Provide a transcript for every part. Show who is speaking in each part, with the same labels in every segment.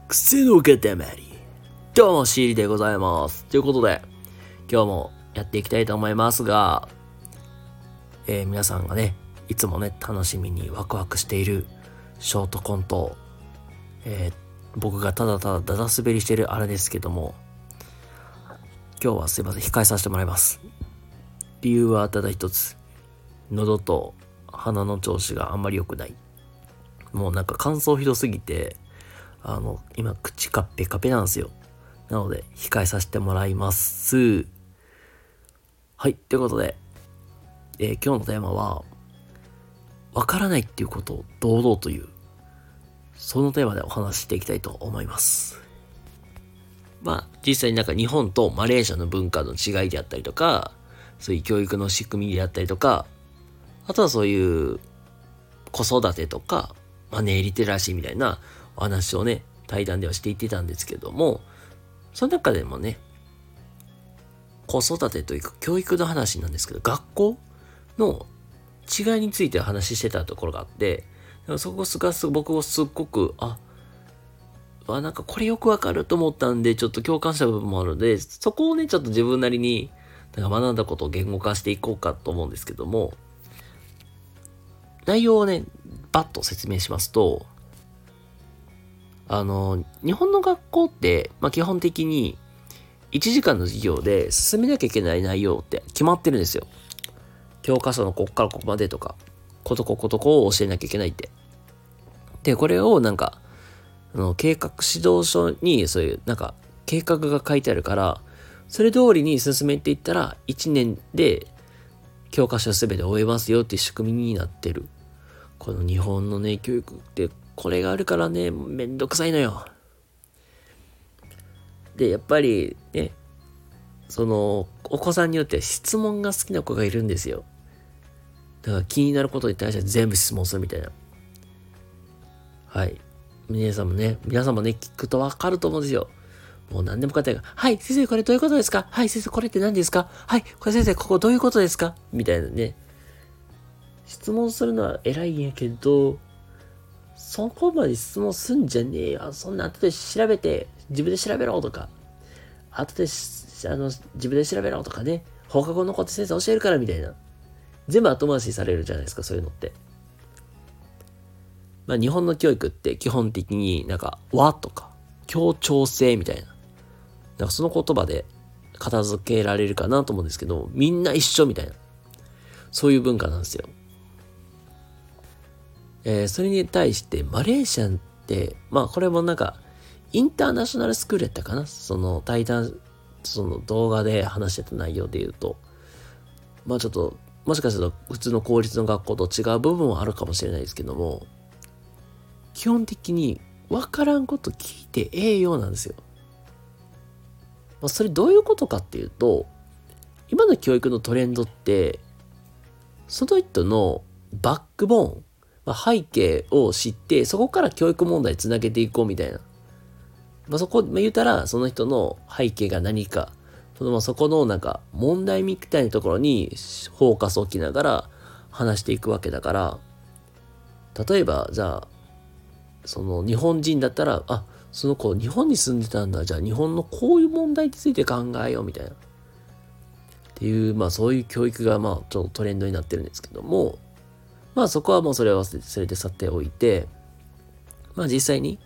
Speaker 1: 癖の塊。どうも、シーリでございます。ということで、今日もやっていきたいと思いますが、皆さんがね、いつもね、楽しみにワクワクしているショートコント、僕がただただダダ滑りしているあれですけども、今日はすいません、控えさせてもらいます。理由はただ一つ。喉と鼻の調子があんまり良くない。もうなんか乾燥ひどすぎて、今口カッペカペなんですよ。なので控えさせてもらいます。はい、ということで、今日のテーマはわからないっていうことを堂々という、そのテーマでお話ししていきたいと思います。実際になんか日本とマレーシアの文化の違いであったりとか、そういう教育の仕組みであったりとか、あとはそういう子育てとかマネーリテラシーみたいなお話をね、対談ではしていってたんですけども、その中でもね、子育てというか教育の話なんですけど、学校の違いについて話してたところがあって、そこが僕はすっごく、なんかこれよくわかると思ったんで、ちょっと共感した部分もあるので、そこをね、ちょっと自分なりになんか学んだことを言語化していこうかと思うんですけども、内容をね、バッと説明しますと、日本の学校って、基本的に1時間の授業で進めなきゃいけない内容って決まってるんですよ。教科書のここからここまでとか、ことこことこを教えなきゃいけないって。で、これをなんか、計画指導書にそういうなんか計画が書いてあるから、それ通りに進めていったら1年で教科書すべて終えますよっていう仕組みになってる。この日本のね、教育ってこれがあるからね、めんどくさいのよ。で、やっぱりね、お子さんによっては質問が好きな子がいるんですよ。だから気になることに対して全部質問するみたいな。はい。皆さんもね、聞くとわかると思うんですよ。もう何でも答えが、はい、先生これどういうことですか？はい、先生これって何ですか？はい、これ先生ここどういうことですか？みたいなね。質問するのは偉いんやけど、そこまで質問すんじゃねえよ。そんな後で調べて、自分で調べろとか、後で自分で調べろとかね、放課後のこと先生教えるからみたいな。全部後回しされるじゃないですか、そういうのって。日本の教育って基本的になんか和とか協調性みたいな、なんかその言葉で片付けられるかなと思うんですけど、みんな一緒みたいな、そういう文化なんですよ。それに対してマレーシアって、これもなんかインターナショナルスクールやったかな、その対談、その動画で話してた内容で言うと、ちょっともしかすると普通の公立の学校と違う部分はあるかもしれないですけども、基本的に分からんこと聞いてええようなんですよ。それどういうことかっていうと、今の教育のトレンドって、その人のバックボーン、背景を知って、そこから教育問題つなげていこうみたいな。そこ、言うたら、その人の背景が何か、そこのなんか問題みたいなところにフォーカスを置きながら話していくわけだから、例えば、じゃあ、その日本人だったら、その子日本に住んでたんだ。じゃあ日本のこういう問題について考えようみたいな。っていう、そういう教育がちょっとトレンドになってるんですけども、そこはもうそれで去っておいて、実際に、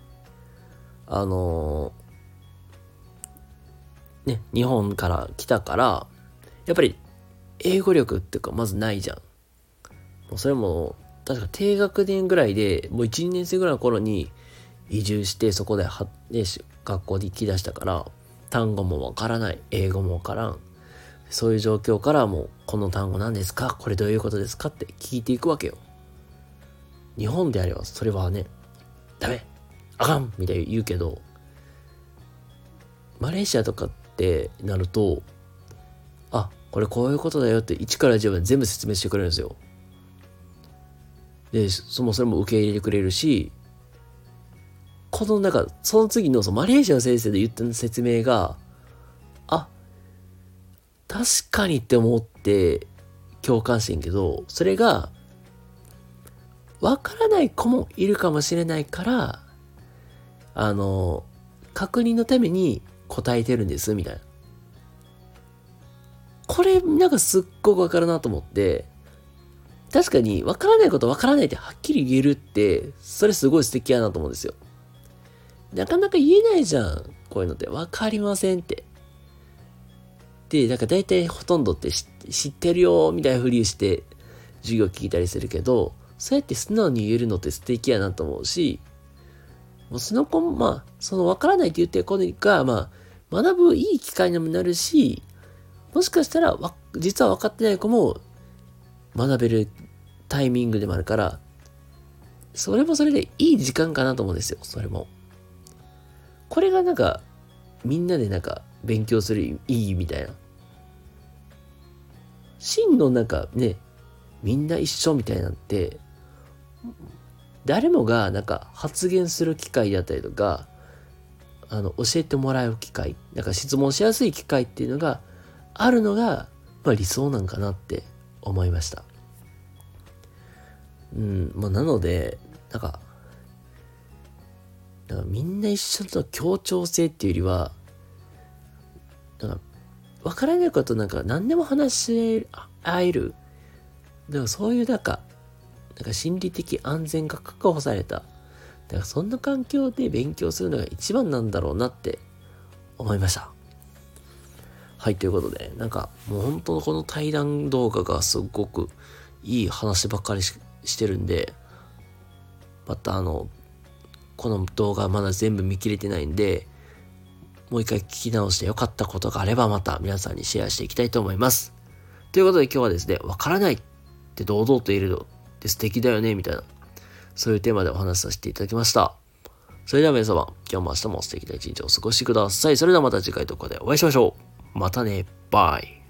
Speaker 1: 日本から来たから、やっぱり英語力っていうかまずないじゃん。もうそれも、確か低学年ぐらいで、もう1、2年生ぐらいの頃に移住して、そこで学校に行き出したから、単語もわからない、英語もわからん。そういう状況からもう、この単語何ですか？これどういうことですか？って聞いていくわけよ。日本であれば、それはね、ダメ！あかん！みたいに言うけど、マレーシアとかってなると、これこういうことだよって1から10まで全部説明してくれるんですよ。で、それも受け入れてくれるし、その次のマレーシアの先生で言った説明が、確かにって思って共感してんけど、それが、わからない子もいるかもしれないから、 確認のために答えてるんです、みたいな。これ、なんかすっごくわかるなと思って、確かにわからないことわからないってはっきり言えるって、それすごい素敵やなと思うんですよ。なかなか言えないじゃん。こういうのって。わかりませんって。で、なんか大体ほとんどって知ってるよみたいなふりして、授業聞いたりするけど、そうやって素直に言えるのって素敵やなと思うし、もうその子も、その分からないって言ってる子が、学ぶいい機会にもなるし、もしかしたら、実は分かってない子も学べるタイミングでもあるから、それもそれでいい時間かなと思うんですよ、それも。これがなんか、みんなでなんか、勉強するいいみたいな。真のなんかね、みんな一緒みたいなんて、誰もがなんか発言する機会だったりとか、教えてもらう機会、なんか質問しやすい機会っていうのがあるのが、理想なんかなって思いました。なので、なんかみんな一緒の協調性っていうよりは、なんか分からないことなんか何でも話し合える。だからそういうなんか心理的安全が確保された。だからそんな環境で勉強するのが一番なんだろうなって思いました。はい、ということで、なんかもう本当のこの対談動画がすごくいい話ばっかりしてるんで、またこの動画まだ全部見切れてないんで、もう一回聞き直して良かったことがあればまた皆さんにシェアしていきたいと思います。ということで今日はですね、わからないって堂々と言えるのって素敵だよねみたいな、そういうテーマでお話しさせていただきました。それでは皆様、今日も明日も素敵な一日をお過ごしください。それではまた次回とかでお会いしましょう。またね、バイ。